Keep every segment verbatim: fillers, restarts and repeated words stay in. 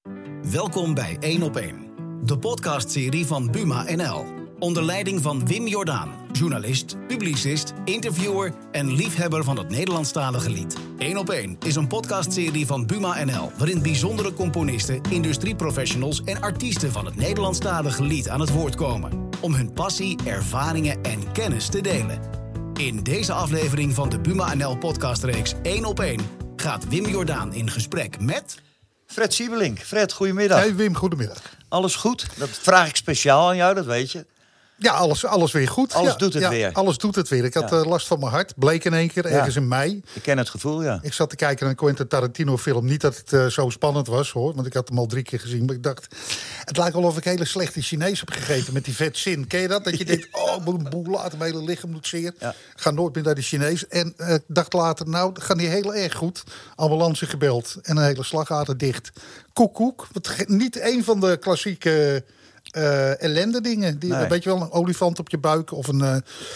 Welkom bij één op één, de podcastserie van Buma N L. Onder leiding van Wim Jordaan, journalist, publicist, interviewer en liefhebber van het Nederlandstalige lied. één op één is een podcastserie van Buma N L, waarin bijzondere componisten, industrieprofessionals en artiesten van het Nederlandstalige lied aan het woord komen, om hun passie, ervaringen en kennis te delen. In deze aflevering van de Buma N L podcastreeks één op één gaat Wim Jordaan in gesprek met... Fred Siebelink. Fred, goedemiddag. Hey Wim, goedemiddag. Alles goed? Dat vraag ik speciaal aan jou, dat weet je. Ja, alles, alles weer goed. Alles ja, doet het ja, weer. Alles doet het weer. Ik had Ja. uh, last van mijn hart. Bleek in één keer, ergens Ja. in mei. Ik ken het gevoel, ja. Ik zat te kijken naar een Quentin Tarantino film. Niet dat het uh, zo spannend was, hoor. Want ik had hem al drie keer gezien. Maar ik dacht, het lijkt wel of ik hele slechte Chinees heb gegeten met die vet zin. Ken je dat? Dat je denkt, oh, ik moet een boel laten. Mijn hele lichaam doet zeer. Ja. Ik ga nooit meer naar de Chinees. En ik uh, dacht later, nou, dat gaat niet heel erg goed. Ambulance gebeld en een hele slagader dicht. Koek, koek. Wat, niet een van de klassieke... Uh, ellende dingen. Die, Nee. Weet je wel, een olifant op je buik of een uh,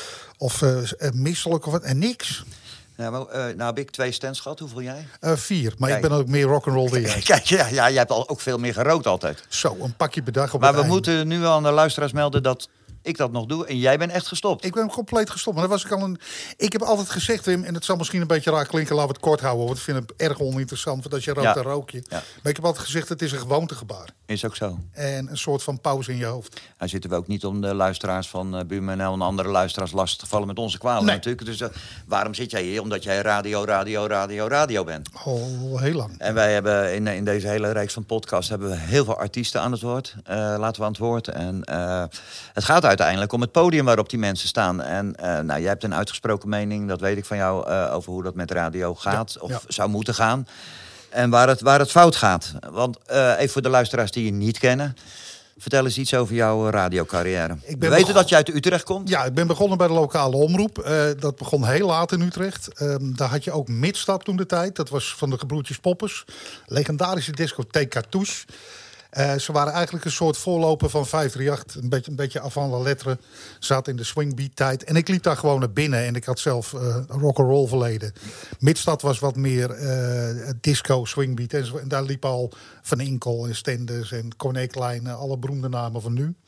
of uh, misselijk of wat. En niks. Ja, maar, uh, nou heb ik twee stands gehad. Hoeveel jij? Uh, vier. Maar Kijk. ik ben ook meer rock'n'roll dan jij. Kijk, ja, ja, jij hebt al ook veel meer gerookt altijd. Zo, een pakje per dag op Maar het we einde. moeten nu aan de luisteraars melden dat ik dat nog doe. En jij bent echt gestopt. Ik ben compleet gestopt. Maar dat was ik al een. Ik heb altijd gezegd, Wim, en het zal misschien een beetje raar klinken, laten we het kort houden. Want ik vind het erg oninteressant. Want als je rookt, Ja. dan rook je. Ja. Maar ik heb altijd gezegd, het is een gewoontegebaar. Is ook zo. En een soort van pauze in je hoofd. Nou zitten we ook niet om de luisteraars van uh, Buma N L en andere luisteraars lastig te vallen met onze kwalen Nee. natuurlijk. Dus uh, waarom zit jij hier? Omdat jij radio, radio, radio, radio bent. Al heel lang. En wij hebben in, in deze hele reeks van podcasts hebben we heel veel artiesten aan het woord. Uh, laten we aan het woord. En uh, het gaat uiteindelijk om het podium waarop die mensen staan. En uh, nou, jij hebt een uitgesproken mening, dat weet ik van jou, uh, over hoe dat met radio gaat. Ja, of ja. zou moeten gaan. En waar het, waar het fout gaat. Want uh, even voor de luisteraars die je niet kennen. Vertel eens iets over jouw radiocarrière. Ik We ben weten nog- dat je uit Utrecht komt. Ja, ik ben begonnen bij de lokale omroep. Uh, dat begon heel laat in Utrecht. Um, daar had je ook Midstap toen de tijd. Dat was van de gebroertjes Poppers. Legendarische discotheek Cartouche. Uh, ze waren eigenlijk een soort voorloper van vijf drie acht. Een beetje, een beetje avant la lettre. Zat in de swingbeat tijd. En ik liep daar gewoon naar binnen. En ik had zelf uh, rock'n'roll verleden. Midstad was wat meer uh, disco, swingbeat. En, zo. En daar liep al Van Inkel en Stenders en Corné Klein. Alle beroemde namen van nu.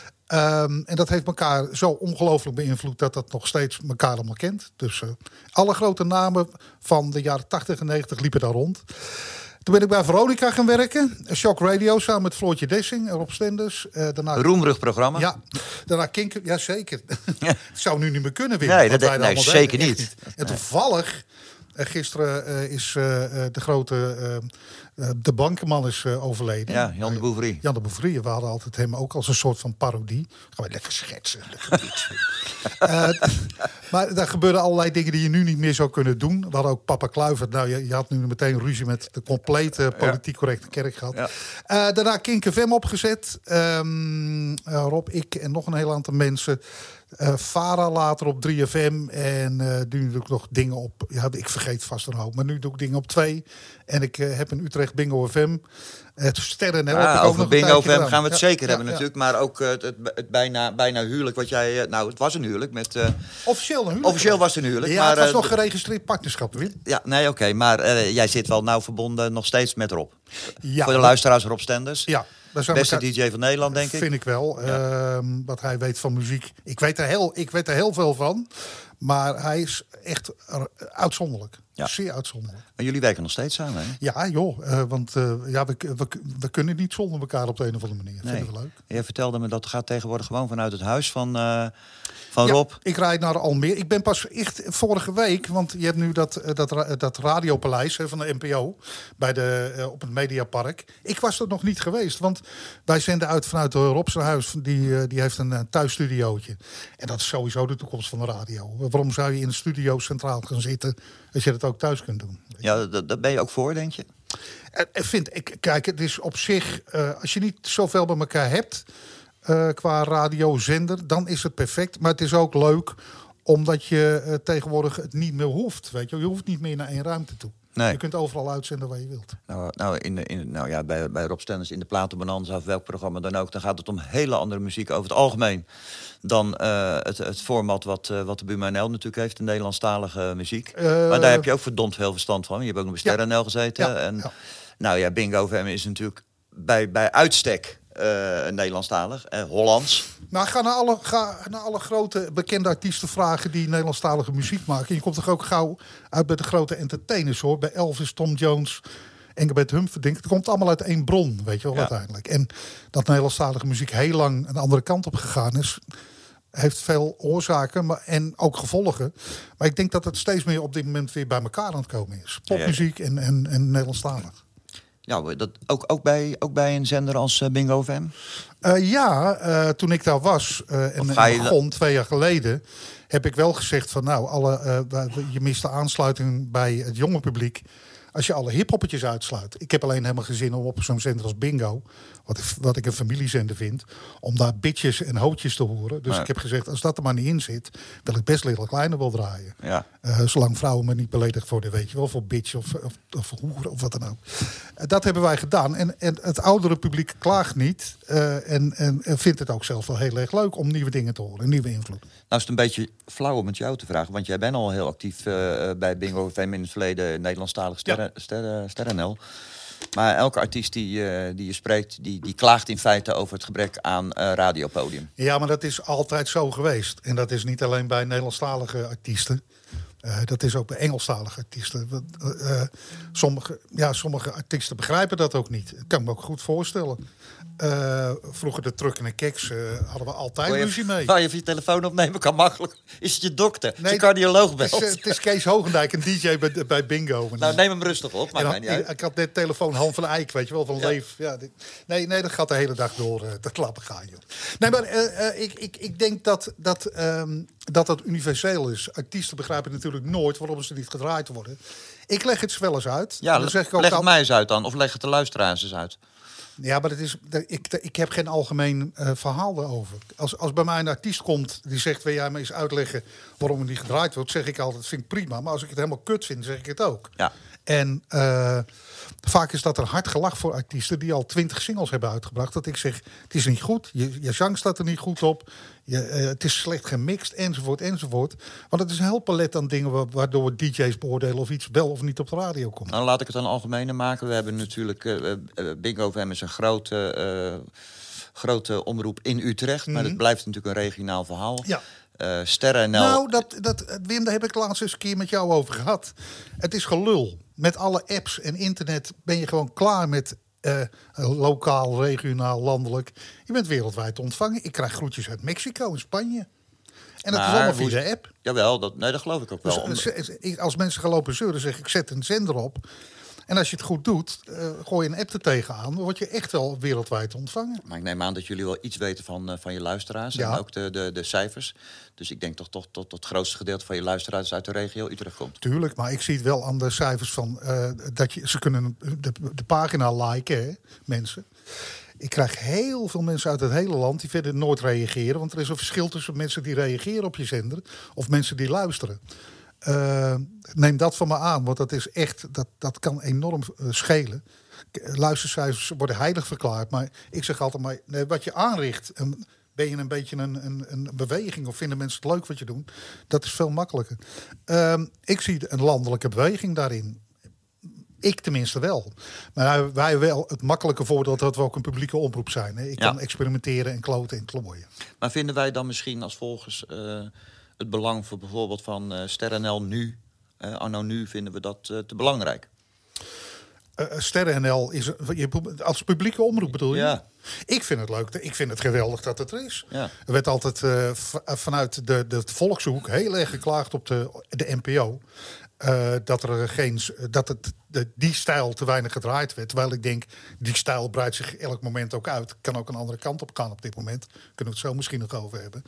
Um, en dat heeft elkaar zo ongelooflijk beïnvloed dat dat nog steeds elkaar allemaal kent. Dus uh, alle grote namen van de jaren tachtig en negentig liepen daar rond. Toen ben ik bij Veronica gaan werken. Shock Radio samen met Floortje Dessing en Rob Stenders. Uh, daarna... Roemrug programma. Ja, daarna Kink. Ja, zeker. Ja. Het zou nu niet meer kunnen weer. Nee, wat dat- wij nee, allemaal zeker deden. Echt niet. En toevallig, uh, gisteren uh, is uh, uh, de grote... Uh, uh, de bankenman is uh, overleden. Ja, Jan de Bouvrie. Jan de Bouvrie. We hadden altijd hem ook als een soort van parodie. Gaan we lekker schetsen. Lekker ditsen. uh, maar daar gebeuren allerlei dingen die je nu niet meer zou kunnen doen. We hadden ook Papa Kluivert. Nou, je, je had nu meteen ruzie met de complete politiek correcte kerk gehad. Ja. Uh, daarna Kink F M opgezet. Um, uh, Rob, ik en nog een heel aantal mensen. Uh, Vara later op drie F M. En uh, nu doe ik nog dingen op... Ja, ik vergeet vast een hoop. Maar nu doe ik dingen op twee. En ik uh, heb in Utrecht Bingo F M. Het Sterren N L. Ah, over Bingo F M gaan we het ja, zeker ja, hebben ja. natuurlijk. Maar ook uh, het, het, het bijna, bijna huwelijk wat jij... Uh, nou, het was een huwelijk. Met, uh, Officieel een huwelijk. officieel was het een huwelijk. Ja, maar, het was uh, nog geregistreerd partnerschap, Wim. Ja, nee, oké. Okay, maar uh, jij zit wel nauw verbonden nog steeds met Rob. Ja, Voor de luisteraars Rob Stenders. Ja. Beste elkaar... D J van Nederland, denk ik. Vind ik wel. Ja. Uh, wat hij weet van muziek. Ik weet, er heel, ik weet er heel veel van. Maar hij is echt uitzonderlijk. Ja. Zeer uitzonderlijk. Maar jullie werken nog steeds samen, hè? Ja, joh. Uh, want uh, ja, we, we, we kunnen niet zonder elkaar op de een of andere manier. Nee. Vinden we leuk. Jij vertelde me dat gaat tegenwoordig gewoon vanuit het huis van, uh, van ja, Rob. Ik rijd naar Almere. Ik ben pas echt vorige week, want je hebt nu dat, dat, dat radiopaleis hè, van de N P O bij de, uh, op het Mediapark. Ik was er nog niet geweest, want wij zenden uit vanuit Rob zijn huis. Die, uh, die heeft een uh, thuisstudiootje. En dat is sowieso de toekomst van de radio. Waarom zou je in de studio centraal gaan zitten als je dat ook thuis kunt doen? Ja, dat, dat ben je ook voor, denk je? Ik vind, ik, kijk, het is op zich, uh, als je niet zoveel bij elkaar hebt uh, qua radiozender, dan is het perfect. Maar het is ook leuk omdat je uh, tegenwoordig het niet meer hoeft. Weet je? je hoeft niet meer naar één ruimte toe. Nee. Je kunt overal uitzenden waar je wilt. Nou, nou, in de, in, nou ja, bij, bij Rob Stenders in de Platenbonanza of welk programma dan ook, dan gaat het om hele andere muziek over het algemeen dan uh, het, het format wat, uh, wat de Buma N L natuurlijk heeft, de Nederlandstalige muziek. Uh, maar daar heb je ook verdomd veel verstand van. Je hebt ook nog bij Sterren N L gezeten. Ja, en, ja. Nou ja, Bingo F M is natuurlijk bij, bij uitstek uh, Nederlandstalig, uh, Hollands. Nou, ga naar, alle, ga naar alle grote bekende artiesten vragen die Nederlandstalige muziek maken. En je komt toch ook gauw uit bij de grote entertainers, hoor. Bij Elvis, Tom Jones, Engelbert Humperdinck. Het komt allemaal uit één bron, weet je wel, ja. uiteindelijk. En dat Nederlandstalige muziek heel lang een andere kant op gegaan is, heeft veel oorzaken maar, en ook gevolgen. Maar ik denk dat het steeds meer op dit moment weer bij elkaar aan het komen is. Popmuziek en, en, en Nederlandstalig. Ja, dat ook, ook, bij, ook bij een zender als uh, Bingo F M? Uh, ja, uh, toen ik daar was uh, en, en begon, twee jaar geleden, heb ik wel gezegd van nou, alle, uh, je mist de aansluiting bij het jonge publiek als je alle hiphoppertjes uitsluit. Ik heb alleen helemaal geen zin om op zo'n zender als Bingo, wat ik, wat ik een familiezender vind, om daar bitches en hootjes te horen. Dus nee. ik heb gezegd, als dat er maar niet in zit, wil ik best Little Kleine wel draaien. Ja. Uh, zolang vrouwen me niet beledigd worden, weet je wel, voor bitch of, of, of hoer of wat dan ook. Uh, dat hebben wij gedaan. En, en het oudere publiek klaagt niet uh, en, en, en vindt het ook zelf wel heel erg leuk om nieuwe dingen te horen, een nieuwe invloed. Nou is het een beetje flauw om het jou te vragen, want jij bent al heel actief uh, bij Bingo F M in het verleden, Nederlandstalig sterren, ja. sterren, sterren N L. Maar elke artiest die, uh, die je spreekt, die, die klaagt in feite over het gebrek aan uh, radiopodium. Ja, maar dat is altijd zo geweest. En dat is niet alleen bij Nederlandstalige artiesten. Uh, dat is ook bij Engelstalige artiesten. Uh, sommige, ja, sommige artiesten begrijpen dat ook niet. Dat kan ik me ook goed voorstellen. Uh, vroeger de Truck en de Keks uh, hadden we altijd ruzie mee. Wou je even je telefoon opnemen? Kan makkelijk. Is het je dokter? Nee, je cardioloog belt? Het is, het is Kees Hogendijk, een D J bij, bij Bingo. Nou, neem hem rustig op. Maakt mij niet uit. Ik had net telefoon Han van Eyck, weet je wel, van ja. Leef. Ja, dit, nee, nee, dat gaat de hele dag door. Uh, dat laten gaan, joh. Nee, maar uh, uh, ik, ik, ik denk dat dat, um, dat dat universeel is. Artiesten begrijpen natuurlijk nooit waarom ze niet gedraaid worden. Ik leg het wel eens uit. Ja, dan zeg ik ook leg het al... mij eens uit dan. Of leg het de luisteraars eens uit. Ja, maar het is, ik, ik heb geen algemeen uh, verhaal daarover. Als, als bij mij een artiest komt die zegt, wil jij me eens uitleggen waarom het niet gedraaid wordt, zeg ik altijd, vind ik prima. Maar als ik het helemaal kut vind, zeg ik het ook. Ja. En uh, vaak is dat een hard gelach voor artiesten die al twintig singles hebben uitgebracht. Dat ik zeg, het is niet goed, je, je zang staat er niet goed op, je, uh, het is slecht gemixt, enzovoort, enzovoort. Want het is een heel palet aan dingen waardoor D J's beoordelen of iets wel of niet op de radio komt. Nou, laat ik het dan algemener maken. We hebben natuurlijk, uh, uh, Bingo F M is een grote, uh, grote omroep in Utrecht, mm-hmm. maar het blijft natuurlijk een regionaal verhaal. Ja. Uh, Sterren N L. Nou, dat, dat, Wim, daar heb ik laatst eens een keer met jou over gehad. Het is gelul. Met alle apps en internet ben je gewoon klaar met uh, lokaal, regionaal, landelijk. Je bent wereldwijd te ontvangen. Ik krijg groetjes uit Mexico en Spanje. En dat maar, is allemaal via de app. Jawel, dat, nee, dat geloof ik ook wel. Dus, als mensen gaan lopen zeuren, zeg ik, zet een zender op. En als je het goed doet, uh, gooi je een app er tegenaan, dan word je echt wel wereldwijd ontvangen. Maar ik neem aan dat jullie wel iets weten van, uh, van je luisteraars ja. en ook de, de, de cijfers. Dus ik denk toch toch tot het grootste gedeelte van je luisteraars uit de regio Utrecht komt. Tuurlijk, maar ik zie het wel aan de cijfers van uh, dat je ze kunnen de, de pagina liken, hè, mensen. Ik krijg heel veel mensen uit het hele land die verder nooit reageren, want er is een verschil tussen mensen die reageren op je zender of mensen die luisteren. Uh, neem dat van me aan, want dat is echt, dat, dat kan enorm uh, schelen. Luistercijfers worden heilig verklaard, maar ik zeg altijd maar, nee, wat je aanricht, en ben je een beetje een, een, een beweging of vinden mensen het leuk wat je doet, dat is veel makkelijker. Uh, ik zie een landelijke beweging daarin. Ik tenminste wel. Maar wij wel het makkelijke voordeel dat we ook een publieke omroep zijn. Hè? Ik ja. kan experimenteren en kloten en klooien. Maar vinden wij dan misschien als volgers Uh... het belang voor bijvoorbeeld van uh, Sterren N L nu, uh, anno nu, vinden we dat uh, te belangrijk? Uh, Sterren N L is je, als publieke omroep bedoel je? Ja. Ik vind het leuk. Ik vind het geweldig dat het er is. Ja. Er werd altijd uh, v- vanuit de, de volkshoek heel erg geklaagd op de, de N P O. Uh, dat er geen, dat het, de, die stijl te weinig gedraaid werd. Terwijl ik denk, die stijl breidt zich elk moment ook uit. Kan ook een andere kant op gaan op dit moment. Kunnen we het zo misschien nog over hebben.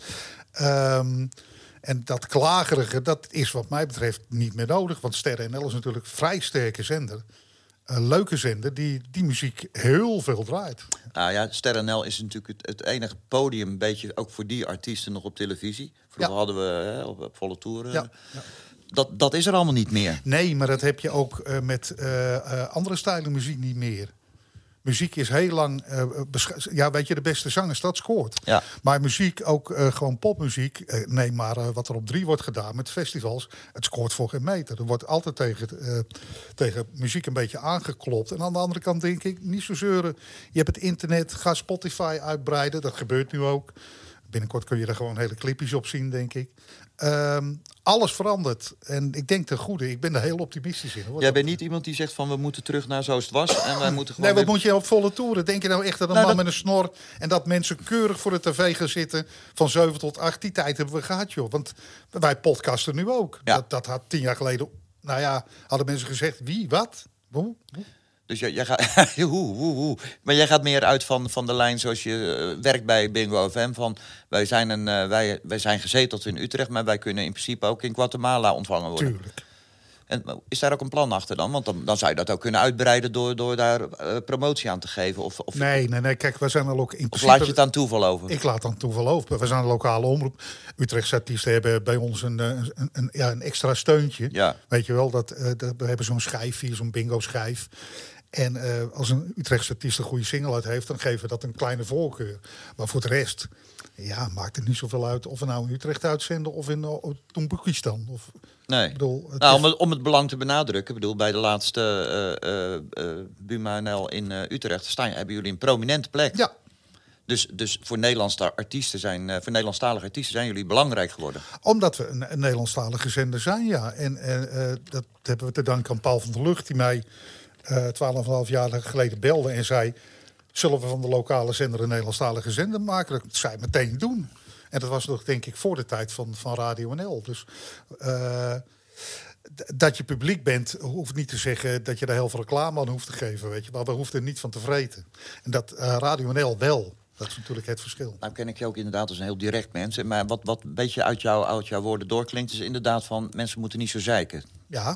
Um, En dat klagerige, dat is wat mij betreft niet meer nodig. Want Sterren N L is natuurlijk een vrij sterke zender. Een leuke zender die die muziek heel veel draait. Nou ja, Sterren N L is natuurlijk het, het enige podium, een beetje ook voor die artiesten nog op televisie. Vroeger ja. hadden we hè, op, op volle toeren. Ja. Ja. Dat, dat is er allemaal niet meer. Nee, maar dat heb je ook uh, met uh, uh, andere stijlen muziek niet meer. muziek is heel lang... Uh, bescha- ja, weet je, de beste zangers, dat scoort. Ja. Maar muziek, ook uh, gewoon popmuziek... Uh, neem maar uh, wat er op drie wordt gedaan met festivals... het scoort voor geen meter. Er wordt altijd tegen, uh, tegen muziek een beetje aangeklopt. En aan de andere kant denk ik, niet zo zeuren. Je hebt het internet, ga Spotify uitbreiden. Dat gebeurt nu ook. Binnenkort kun je er gewoon hele clipjes op zien, denk ik. Um, alles verandert. En ik denk ten goede. Ik ben er heel optimistisch in. Hoor. Jij bent niet iemand die zegt van we moeten terug naar zoals het was. En wij moeten gewoon nee, wat weer... moet je op volle toeren? Denk je nou echt dat een nou, man dat... met een snor... en dat mensen keurig voor de tv gaan zitten... van zeven tot acht, die tijd hebben we gehad, joh. Want wij podcasten nu ook. Ja. Dat, dat had tien jaar geleden... Nou ja, hadden mensen gezegd, wie, wat? Hoe? Dus jij, jij gaat, hoe, hoe, hoe. Maar jij gaat meer uit van, van de lijn zoals je uh, werkt bij Bingo F M. Van, wij, zijn een, uh, wij, wij zijn gezeteld in Utrecht, maar wij kunnen in principe ook in Guatemala ontvangen worden. Tuurlijk. En is daar ook een plan achter dan? Want dan, dan zou je dat ook kunnen uitbreiden door, door daar uh, promotie aan te geven. Of, of, nee, nee, nee. Kijk, we zijn al ook in of principe... laat je het aan toeval over? Ik laat aan toeval over. We zijn een lokale omroep. Utrechtse artiesten hebben bij ons een, een, een, ja, een extra steuntje. Ja. Weet je wel, dat, uh, dat, we hebben zo'n schijf hier, zo'n bingo-schijf. En uh, als een Utrechtse artiest een goede single uit heeft... dan geven we dat een kleine voorkeur. Maar voor de rest, ja, maakt het niet zoveel uit... of we nou in Utrecht uitzenden of in uh, Toembukistan. Of, nee. Ik bedoel, het nou, is... om, het, om het belang te benadrukken... Ik bedoel, bij de laatste uh, uh, uh, Buma N L in uh, Utrecht... Staan, hebben jullie een prominente plek. Ja. Dus, dus voor, Nederlandse artiesten zijn, uh, voor Nederlandstalige artiesten zijn jullie belangrijk geworden. Omdat we een, een Nederlandstalige zender zijn, ja. En uh, uh, dat hebben we te danken aan Paul van der Lucht... die mij... twaalf en een half jaar geleden belde en zei... zullen we van de lokale zender een Nederlandstalige zender maken? Dat zei meteen doen. En dat was nog, denk ik, voor de tijd van, van Radio N L. Dus uh, d- dat je publiek bent, hoeft niet te zeggen... dat je daar heel veel reclame aan hoeft te geven, weet je. Maar we hoeven er niet van te vreten. En dat uh, Radio N L wel. Dat is natuurlijk het verschil. Nou ken ik je ook inderdaad als een heel direct mens. Maar wat, wat een beetje uit, jou, uit jouw woorden doorklinkt... is inderdaad van, mensen moeten niet zo zeiken. Ja.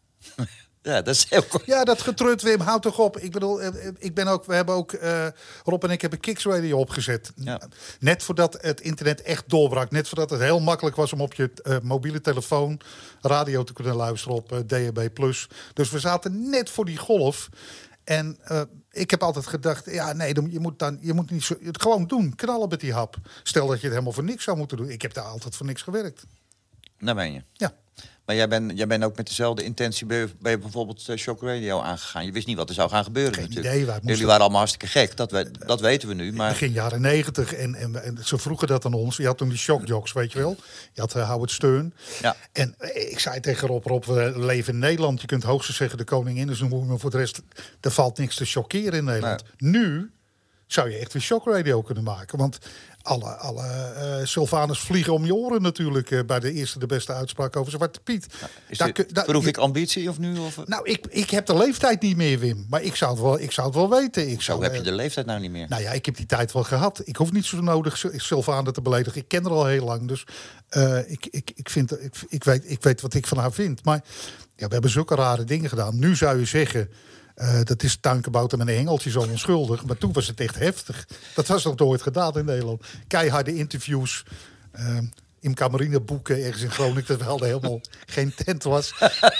Ja, dat is heel kort. Ja, dat getrut, Wim, houd toch op. Ik bedoel, ik ben ook, we hebben ook, uh, Rob en ik hebben Kicks Radio opgezet. Ja. Net voordat het internet echt doorbrak. Net voordat het heel makkelijk was om op je uh, mobiele telefoon radio te kunnen luisteren op uh, D A B plus. Dus we zaten net voor die golf. En uh, ik heb altijd gedacht, ja nee, je moet, dan, je moet niet zo, het gewoon doen. Knallen met die hap. Stel dat je het helemaal voor niks zou moeten doen. Ik heb daar altijd voor niks gewerkt. Daar ben je. Ja. Maar jij bent jij bent ook met dezelfde intentie bij, bij bijvoorbeeld uh, Shock Radio aangegaan. Je wist niet wat er zou gaan gebeuren. Geen natuurlijk. idee. Wij moesten... Jullie waren allemaal hartstikke gek, dat, we, dat weten we nu. Maar... Begin jaren negentig. En, en, en ze vroegen dat aan ons. Je had toen die shockjocks, weet je wel. Je had uh, Howard Stern. Ja. En uh, ik zei tegen Rob, Rob, we leven in Nederland. Je kunt hoogstens zeggen de koningin is een moe, maar voor de rest, er valt niks te chockeren in Nederland. Nee. Nu zou je echt weer shockradio kunnen maken. Want alle, alle uh, Sylvanus vliegen om je oren natuurlijk... Uh, bij de eerste de beste uitspraak over Zwarte Piet. Nou, is daar, dit, daar, proef je, ik ambitie of nu? Of... Nou, ik, ik heb de leeftijd niet meer, Wim. Maar ik zou het wel, ik zou het wel weten. Ik zou, Zo heb je uh, de leeftijd nou niet meer? Nou ja, ik heb die tijd wel gehad. Ik hoef niet zo nodig Sylvana te beledigen. Ik ken haar al heel lang. Dus uh, ik, ik, ik, vind, ik, ik, weet, ik weet wat ik van haar vind. Maar ja, we hebben zulke rare dingen gedaan. Nu zou je zeggen... Uh, dat is tuinkebouten met een hengeltje zo onschuldig. Maar toen was het echt heftig. Dat was nog nooit gedaan in Nederland. Keiharde interviews. Uh, in Camarine-boeken ergens in Groningen. Terwijl er helemaal geen tent was.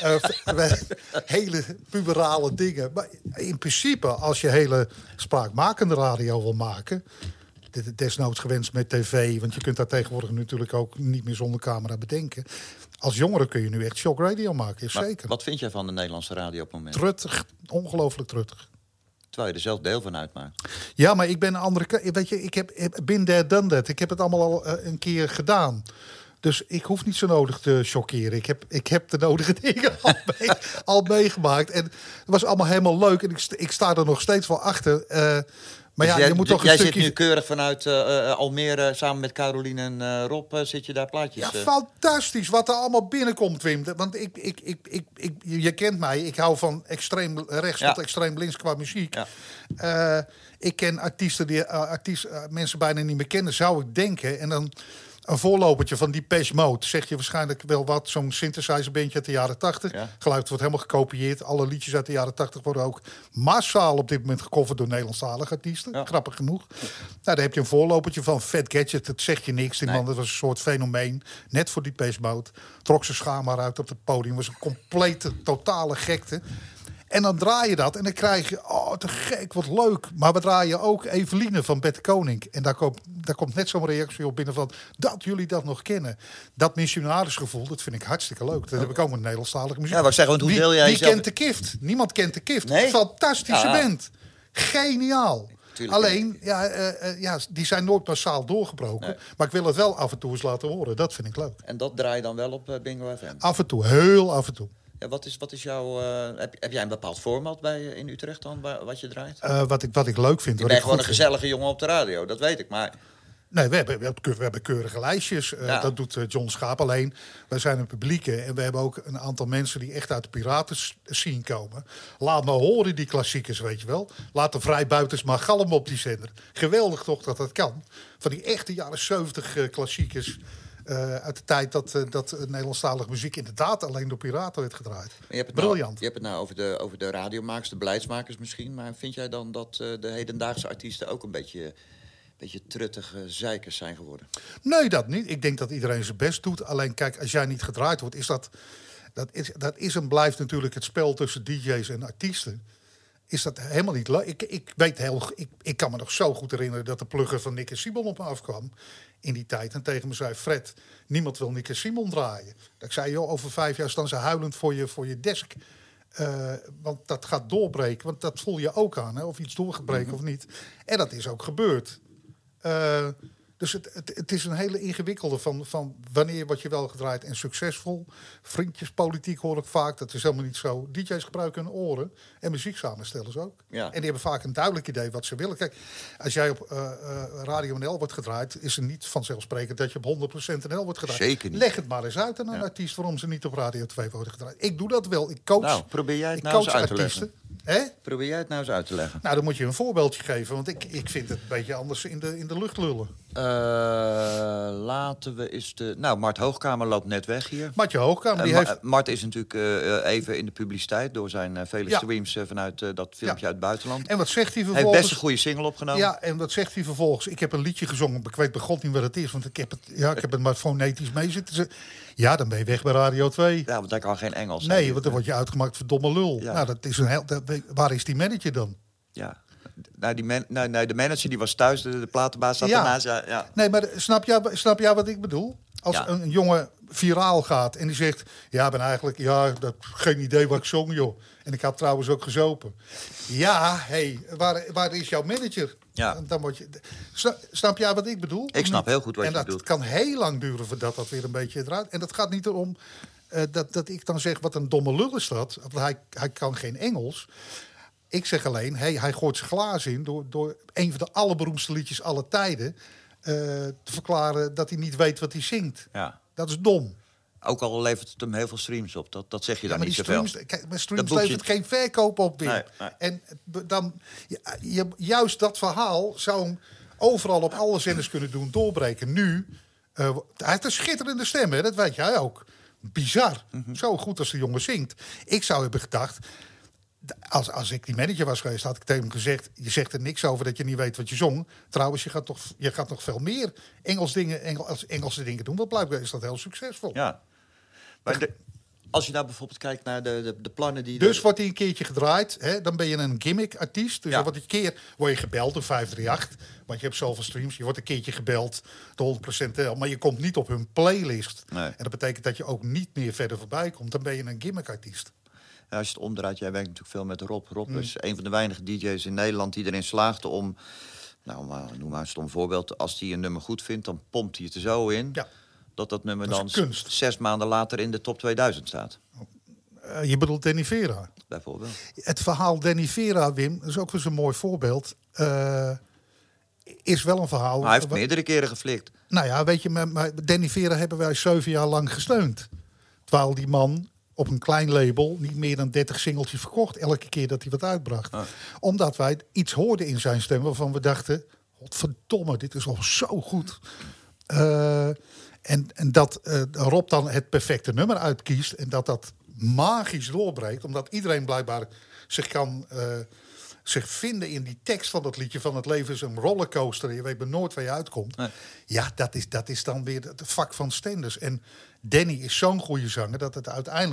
Uh, hele puberale dingen. Maar in principe, als je hele spraakmakende radio wil maken... desnoods gewenst met tv... want je kunt daar tegenwoordig natuurlijk ook niet meer zonder camera bedenken... Als jongere kun je nu echt shock radio maken, is maar zeker. Wat vind jij van de Nederlandse radio op het moment? Truttig, ongelooflijk truttig. Terwijl je er zelf deel van uitmaakt. Ja, maar ik ben een andere... Weet je, ik heb been there, done that. Ik heb het allemaal al uh, een keer gedaan. Dus ik hoef niet zo nodig te chockeren. Ik heb, ik heb de nodige dingen al, mee, al meegemaakt. En het was allemaal helemaal leuk. En ik, ik sta er nog steeds wel achter... Uh, Maar dus ja, jij, je moet toch een jij stukje... zit nu keurig vanuit uh, uh, Almere samen met Caroline en uh, Rob. Uh, zit je daar plaatjes? Ja, uh... fantastisch wat er allemaal binnenkomt, Wim. Want ik, ik, ik, ik, ik, je kent mij. Ik hou van extreem rechts ja. tot extreem links qua muziek. Ja. Uh, ik ken artiesten die uh, artiest, uh, mensen bijna niet meer kennen, zou ik denken. En dan een voorlopertje van Depeche Mode. Zeg je waarschijnlijk wel wat. Zo'n synthesizerbandje uit de jaren tachtig. Ja. Geluid wordt helemaal gekopieerd. Alle liedjes uit de jaren tachtig worden ook massaal op dit moment gecoverd door Nederlandstalige artiesten. Ja. Grappig genoeg. Nou, daar heb je een voorlopertje van Fat Gadget. Dat zegt je niks. Die nee. man, dat was een soort fenomeen. Net voor Depeche Mode. Trok zijn schaam maar uit op het podium. Was een complete, totale gekte. En dan draai je dat en dan krijg je, oh, te gek, wat leuk. Maar we draaien ook Eveline van Bette Koning. En daar komt, daar komt net zo'n reactie op binnen van, dat jullie dat nog kennen. Dat missionarisgevoel, dat vind ik hartstikke leuk. Dat heb ik ook met Nederlandstalige muziek. Ja, wat zeggen, want hoe wie, deel jij wie jezelf... kent de Kift? Niemand kent de Kift. Nee? Fantastische Ah. band. Geniaal. Tuurlijk. Alleen, ja, uh, uh, ja, die zijn nooit massaal doorgebroken. Nee. Maar ik wil het wel af en toe eens laten horen. Dat vind ik leuk. En dat draai je dan wel op uh, Bingo F M? Af en toe, heel af en toe. Ja, wat is, wat is jouw... Uh, heb, heb jij een bepaald format bij, uh, in Utrecht dan, waar, wat je draait? Uh, wat, ik, wat ik leuk vind. Je wat bent ik gewoon een goed gezellige jongen op de radio, dat weet ik. Maar Nee, we hebben, we hebben, we hebben keurige lijstjes. Uh, ja. Dat doet uh, John Schaap. Alleen, wij zijn een publieke. En we hebben ook een aantal mensen die echt uit de piratenscene komen. Laat me horen die klassiekers, weet je wel. Laat de vrijbuiters maar galmen op die zender. Geweldig toch dat dat kan. Van die echte jaren zeventig uh, klassiekers. Uh, uit de tijd dat, uh, dat uh, Nederlandstalige muziek inderdaad alleen door piraten werd gedraaid. je hebt het Briljant. Nou, je hebt het nou over de, over de radiomakers, de beleidsmakers misschien. Maar vind jij dan dat uh, de hedendaagse artiesten ook een beetje... beetje truttige zeikers zijn geworden? Nee, dat niet. Ik denk dat iedereen zijn best doet. Alleen kijk, als jij niet gedraaid wordt, is dat... Dat is, dat is en blijft natuurlijk het spel tussen D J's en artiesten. Is dat helemaal niet leuk. Ik, ik weet heel... Ik, ik kan me nog zo goed herinneren dat de plugger van Nick en Simon op me afkwam. In die tijd. En tegen me zei, Fred, niemand wil Nick en Simon draaien. Dat ik zei, joh, over vijf jaar staan ze huilend voor je, voor je desk. Uh, want dat gaat doorbreken. Want dat voel je ook aan, hè, of iets door gaat breken mm-hmm. of niet. En dat is ook gebeurd. Uh, dus het, het, het is een hele ingewikkelde van, van wanneer word je wel gedraaid en succesvol. Vriendjespolitiek hoor ik vaak, dat is helemaal niet zo. D J's gebruiken hun oren en muziekzamenstellers ook. Ja. En die hebben vaak een duidelijk idee wat ze willen. Kijk, als jij op uh, uh, Radio N L wordt gedraaid, is het niet vanzelfsprekend dat je op honderd procent N L wordt gedraaid. Zeker niet. Leg het maar eens uit aan een ja. artiest waarom ze niet op Radio twee worden gedraaid. Ik doe dat wel. Ik coach, nou, probeer jij het ik nou eens coach uit te artiesten. leggen. Hè? Probeer jij het nou eens uit te leggen. Nou, dan moet je een voorbeeldje geven. Want ik, ik vind het een beetje anders in de, in de lucht lullen. Uh, laten we eens de... Nou, Mart Hoogkamer loopt net weg hier. Martje Hoogkamer, die uh, heeft... Mart is natuurlijk uh, even in de publiciteit... door zijn uh, vele ja. streams uh, vanuit uh, dat filmpje ja. uit het buitenland. En wat zegt hij vervolgens? Hij heeft best een goede single opgenomen. Ja, en wat zegt hij vervolgens? Ik heb een liedje gezongen, ik weet bij God niet wat het is... want ik heb het, ja, ik heb het maar fonetisch mee zitten. Ze... Ja, dan ben je weg bij Radio twee. Ja, want daar kan geen Engels. Nee, zijn. want dan word je uitgemaakt voor domme lul. Ja. Nou, dat is een heel, dat, waar is die manager dan? Ja. Nou, die man, nou, nou, de manager die was thuis, de, de platenbaas zat ja. ernaast. Ja, ja. Nee, maar snap jij, snap jij wat ik bedoel? Als ja. een, een jongen viraal gaat en die zegt... ja, ik ben eigenlijk... ja, dat, geen idee wat ik zong, joh. En ik heb trouwens ook gezopen. Ja, hé, hey, waar, waar is jouw manager? Ja. Dan word je, snap, snap jij wat ik bedoel? Ik snap heel goed wat en je dat bedoelt. kan heel lang duren voordat dat weer een beetje eruit... En dat gaat niet erom uh, dat, dat ik dan zeg wat een domme lul is dat. Want hij, hij kan geen Engels... Ik zeg alleen, hey, hij gooit zijn glazen in... door, door een van de allerberoemdste liedjes aller tijden... Uh, te verklaren dat hij niet weet wat hij zingt. Ja. Dat is dom. Ook al levert het hem heel veel streams op. Dat, dat zeg je ja, dan niet zoveel. Streams, kijk, maar streams levert geen verkoop op weer. Nee, nee. En dan, ja, je, juist dat verhaal zou hem overal op alle zenders kunnen doen doorbreken. Nu, uh, hij heeft een schitterende stem, hè, dat weet jij ook. Bizar. Mm-hmm. Zo goed als de jongen zingt. Ik zou hebben gedacht... Als, als ik die manager was geweest, had ik tegen hem gezegd... je zegt er niks over dat je niet weet wat je zong. Trouwens, je gaat nog, je gaat nog veel meer Engels dingen, Engels, Engelse dingen doen. Want blijkbaar is dat heel succesvol. Ja. Maar de, als je nou bijvoorbeeld kijkt naar de, de, de plannen die... Dus de... wordt hij een keertje gedraaid. Hè, dan ben je een gimmick-artiest. Dus ja. dan wordt een keer word je gebeld door vijf drie acht. Want je hebt zoveel streams. Je wordt een keertje gebeld door honderd procent L. Maar je komt niet op hun playlist. Nee. En dat betekent dat je ook niet meer verder voorbij komt. Dan ben je een gimmick-artiest. Ja, als je het omdraait, jij werkt natuurlijk veel met Rob. Rob mm. is een van de weinige D J's in Nederland die erin slaagde om... Nou, maar, noem maar een stom voorbeeld. Als hij een nummer goed vindt, dan pompt hij het er zo in... Ja. dat dat nummer dat dan kunst. zes maanden later in de top tweeduizend staat. Uh, je bedoelt Danny Vera? Bijvoorbeeld. Het verhaal Danny Vera, Wim, dat is ook eens een mooi voorbeeld... Uh, is wel een verhaal... Maar hij heeft meerdere keren geflikt. Nou ja, weet je, maar Danny Vera hebben wij zeven jaar lang gesteund. Terwijl die man... op een klein label niet meer dan dertig singeltjes verkocht... elke keer dat hij wat uitbracht. Ah. Omdat wij iets hoorden in zijn stem... waarvan we dachten, godverdomme, dit is al zo goed. Uh, en, en dat uh, Rob dan het perfecte nummer uitkiest... en dat dat magisch doorbreekt... omdat iedereen blijkbaar zich kan... Uh, zich vinden in die tekst van dat liedje... van het leven is een rollercoaster... je weet maar nooit waar je uitkomt. Nee. Ja, dat is, dat is dan weer het vak van Stenders. En Danny is zo'n goede zanger... dat het uiteindelijk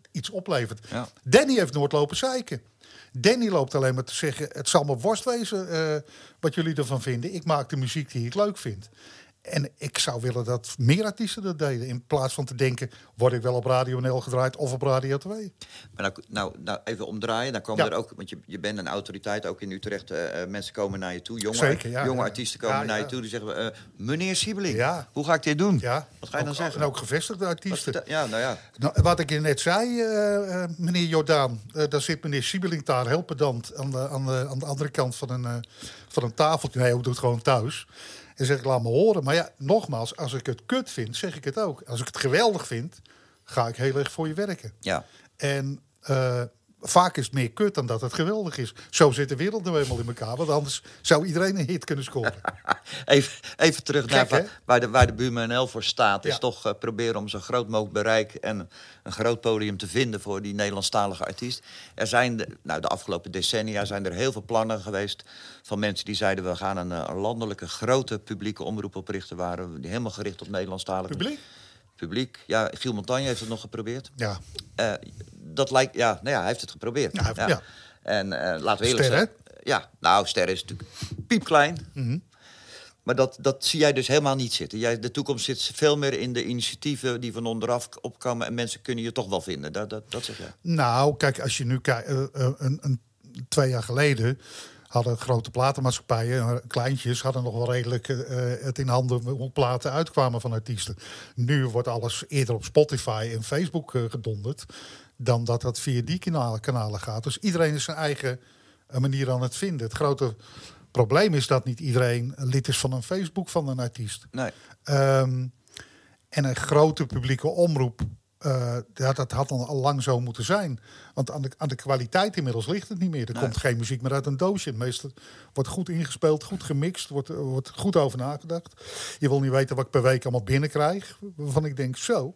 iets oplevert. Ja. Danny heeft nooit lopen zeiken. Danny loopt alleen maar te zeggen, het zal me worst wezen uh, wat jullie ervan vinden. Ik maak de muziek die ik leuk vind. En ik zou willen dat meer artiesten dat deden. In plaats van te denken, word ik wel op Radio N L gedraaid of op Radio twee? Maar nou, nou, nou even omdraaien. Dan komen Ja. er ook, want je, je bent een autoriteit, ook in Utrecht. Uh, mensen komen naar je toe. Jonge, Zeker, ja, jonge ja. artiesten komen Ja, naar ja. je toe. Die zeggen, uh, meneer Siebeling, Ja. hoe ga ik dit doen? Ja. Wat ga je dan ook, zeggen? En ook gevestigde artiesten. Wat, ja, nou ja. Nou, wat ik je net zei, uh, uh, meneer Jordaan, uh, daar zit meneer Siebeling daar heel pedant aan de, aan de, aan de andere kant van een, uh, van een tafeltje. Nee, ik doe het gewoon thuis. En zeg ik, laat me horen. Maar ja, nogmaals, als ik het kut vind, zeg ik het ook. Als ik het geweldig vind, ga ik heel erg voor je werken. Ja. En uh, vaak is het meer kut dan dat het geweldig is. Zo zit de wereld nou eenmaal in elkaar. Want anders zou iedereen een hit kunnen scoren. even, even terug Gek, naar hè? waar, waar de, waar de Buma N L voor staat. Is Ja. toch uh, proberen om zo'n groot mogelijk bereik en een groot podium te vinden voor die Nederlandstalige artiest. Er zijn de, nou, de afgelopen decennia zijn er heel veel plannen geweest van mensen die zeiden, we gaan een, een landelijke grote publieke omroep oprichten, waren die helemaal gericht op Nederlandstalige Publiek? publiek. Ja, Giel Montagne heeft het nog geprobeerd. Ja. Uh, dat lijkt, ja, nou ja, hij heeft het geprobeerd. Ja, ja. Ja. En uh, laten we eerlijk Ster, zijn. Ja, nou, Ster is natuurlijk piepklein. Mm-hmm. Maar dat, dat zie jij dus helemaal niet zitten. Jij, de toekomst zit veel meer in de initiatieven die van onderaf opkomen. En mensen kunnen je toch wel vinden. Dat, dat, dat zeg jij. Nou, kijk, als je nu kijkt, uh, uh, een, een, twee jaar geleden hadden grote platenmaatschappijen, kleintjes, hadden nog wel redelijk uh, het in handen hoe platen uitkwamen van artiesten. Nu wordt alles eerder op Spotify en Facebook uh, gedonderd dan dat dat via die kanalen, kanalen gaat. Dus iedereen is zijn eigen uh, manier aan het vinden. Het grote probleem is dat niet iedereen lid is van een Facebook van een artiest. Nee. Um, en een grote publieke omroep, uh, ja, dat had dan al lang zo moeten zijn. Want aan de, aan de kwaliteit inmiddels ligt het niet meer. Er Nee. komt geen muziek meer uit een doosje. Het meeste wordt goed ingespeeld, goed gemixt, wordt, wordt goed over nagedacht. Je wil niet weten wat ik per week allemaal binnenkrijg. Waarvan ik denk, zo,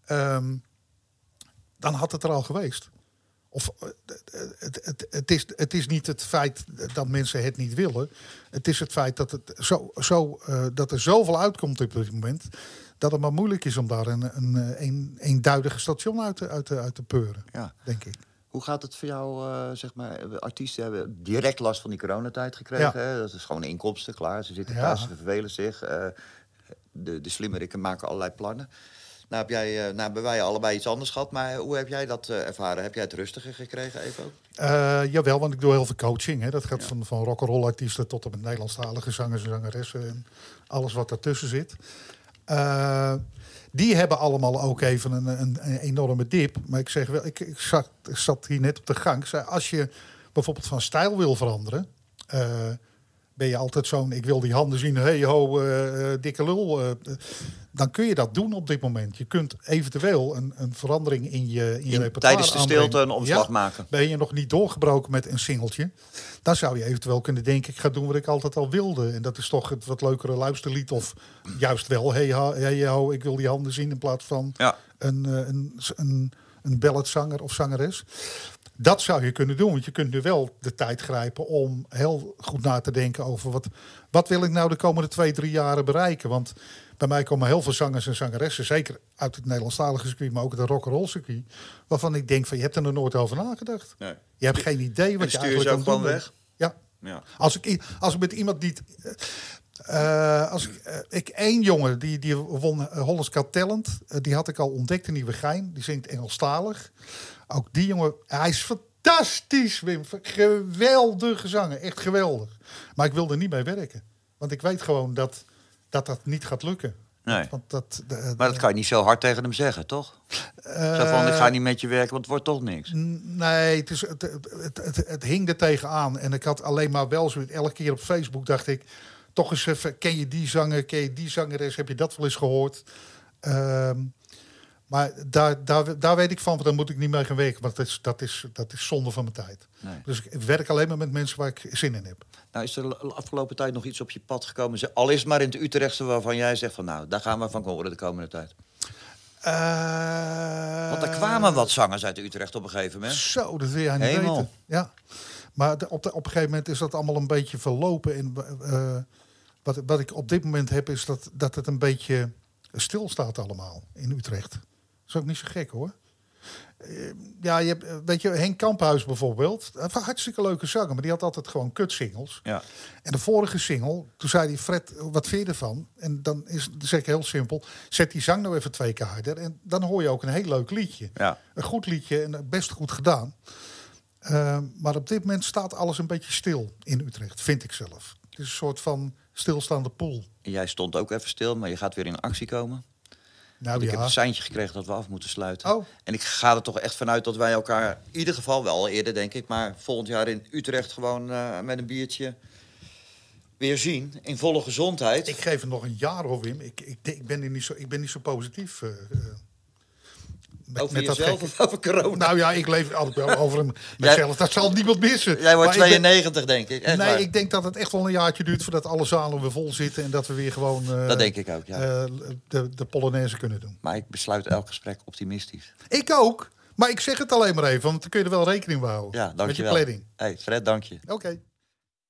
um, dan had het er al geweest. Of uh, het, het, het, is, het is niet het feit dat mensen het niet willen. Het is het feit dat, het zo, zo, uh, dat er zoveel uitkomt op dit moment, dat het maar moeilijk is om daar een, een, een eenduidige station uit te, uit te, uit te peuren, Ja. denk ik. Hoe gaat het voor jou, uh, zeg maar, artiesten hebben direct last van die coronatijd gekregen. Ja. Hè? Dat is gewoon inkomsten, klaar. Ze zitten Ja. thuis, ze vervelen zich. Uh, de, de slimmerikken maken allerlei plannen. Nou, heb jij, uh, nou hebben wij allebei iets anders gehad, maar hoe heb jij dat uh, ervaren? Heb jij het rustiger gekregen, Evo? Uh, jawel, want ik doe heel veel coaching. Hè. Dat gaat Ja. van, van rock'n'roll artiesten tot en met Nederlandstalige zangers en zangeressen en alles wat daartussen zit. Uh, die hebben allemaal ook even een, een, een enorme dip. Maar ik zeg wel, ik, ik, zat, ik zat hier net op de gang. Ik zei, als je bijvoorbeeld van stijl wil veranderen, uh, ben je altijd zo'n, ik wil die handen zien, hey ho, uh, dikke lul. Uh, dan kun je dat doen op dit moment. Je kunt eventueel een, een verandering in je, in je In, repertoire tijdens de stilte aanbrengen. een omslag Ja. maken. Ben je nog niet doorgebroken met een singeltje, dan zou je eventueel kunnen denken, ik ga doen wat ik altijd al wilde. En dat is toch het wat leukere luisterlied. Of juist wel, hey, ha, hey ho, ik wil die handen zien, in plaats van Ja. een, een, een, een balladzanger of zangeres. Dat zou je kunnen doen, want je kunt nu wel de tijd grijpen om heel goed na te denken over wat, wat wil ik nou de komende twee, drie jaren bereiken. Want bij mij komen heel veel zangers en zangeressen, zeker uit het Nederlandstalige circuit, maar ook het rock'n'roll circuit, waarvan ik denk van, je hebt er nog nooit over nagedacht. Nee. Je hebt geen idee wat En je stuur je ze eigenlijk ook aan gewoon het doen weg? bent. Ja. Ja. Als ik, i- als ik met iemand niet... Uh, als ik, uh, ik één jongen, die, die won uh, Hollands Got Talent. Uh, die had ik al ontdekt in Nieuwegein. Die zingt Engelstalig. Ook die jongen, hij is fantastisch, Wim. Geweldige zanger, echt geweldig. Maar ik wil er niet mee werken. Want ik weet gewoon dat dat, dat niet gaat lukken. Nee. Want dat, de, de, Maar dat kan je niet zo hard tegen hem zeggen, toch? uh, Zo van, ik ga niet met je werken, want het wordt toch niks. Nee, het, is, het, het, het, het, het hing er tegenaan. En ik had alleen maar wel zo, elke keer op Facebook dacht ik, toch eens even, ken je die zanger, ken je die zangeres, heb je dat wel eens gehoord? Um, maar daar, daar, daar weet ik van, daar moet ik niet mee gaan werken. Want dat is, dat is, dat is zonde van mijn tijd. Nee. Dus ik werk alleen maar met mensen waar ik zin in heb. Nou, is er de afgelopen tijd nog iets op je pad gekomen? Al is het maar in het Utrechtse waarvan jij zegt van, nou, daar gaan we van horen de komende tijd. Uh, Want er kwamen wat zangers uit Utrecht op een gegeven moment. Zo, dat wil jij niet Hemel. weten. Ja. Maar de, op, de, op een gegeven moment is dat allemaal een beetje verlopen. En uh, wat, wat ik op dit moment heb, is dat, dat het een beetje stil staat allemaal in Utrecht. Dat is ook niet zo gek, hoor. Uh, ja, je hebt, weet je, Henk Kamphuis bijvoorbeeld. Een hartstikke leuke zanger, maar die had altijd gewoon kutsingles. Ja. En de vorige single, toen zei hij, Fred, wat vind je ervan? En dan is dan zeg ik heel simpel, zet die zang nou even twee keer harder. En dan hoor je ook een heel leuk liedje. Ja. Een goed liedje en best goed gedaan. Uh, maar op dit moment staat alles een beetje stil in Utrecht, vind ik zelf. Het is een soort van stilstaande pool. Jij stond ook even stil, maar je gaat weer in actie komen. Nou, ik ja. heb een seintje gekregen dat we af moeten sluiten. Oh. En ik ga er toch echt vanuit dat wij elkaar, in ieder geval wel eerder denk ik, maar volgend jaar in Utrecht gewoon uh, met een biertje weer zien. In volle gezondheid. Ik geef het nog een jaar hoor, Wim. Ik, ik, ik, ben, niet zo, ik ben niet zo positief. Uh, met, over met jezelf of over corona? Nou ja, ik leef altijd wel over hem, mezelf. Dat zal niemand missen. Jij wordt maar tweeënnegentig, ik ben, denk ik. Echt nee, waar. ik denk dat het echt wel een jaartje duurt voordat alle zalen weer vol zitten. En dat we weer gewoon uh, dat denk ik ook, ja. uh, de, de Polonaise kunnen doen. Maar ik besluit elk gesprek optimistisch. Ik ook. Maar ik zeg het alleen maar even, want dan kun je er wel rekening mee houden. Ja, dank met je je wel. planning. Hey, Fred, dank je. Oké. Okay.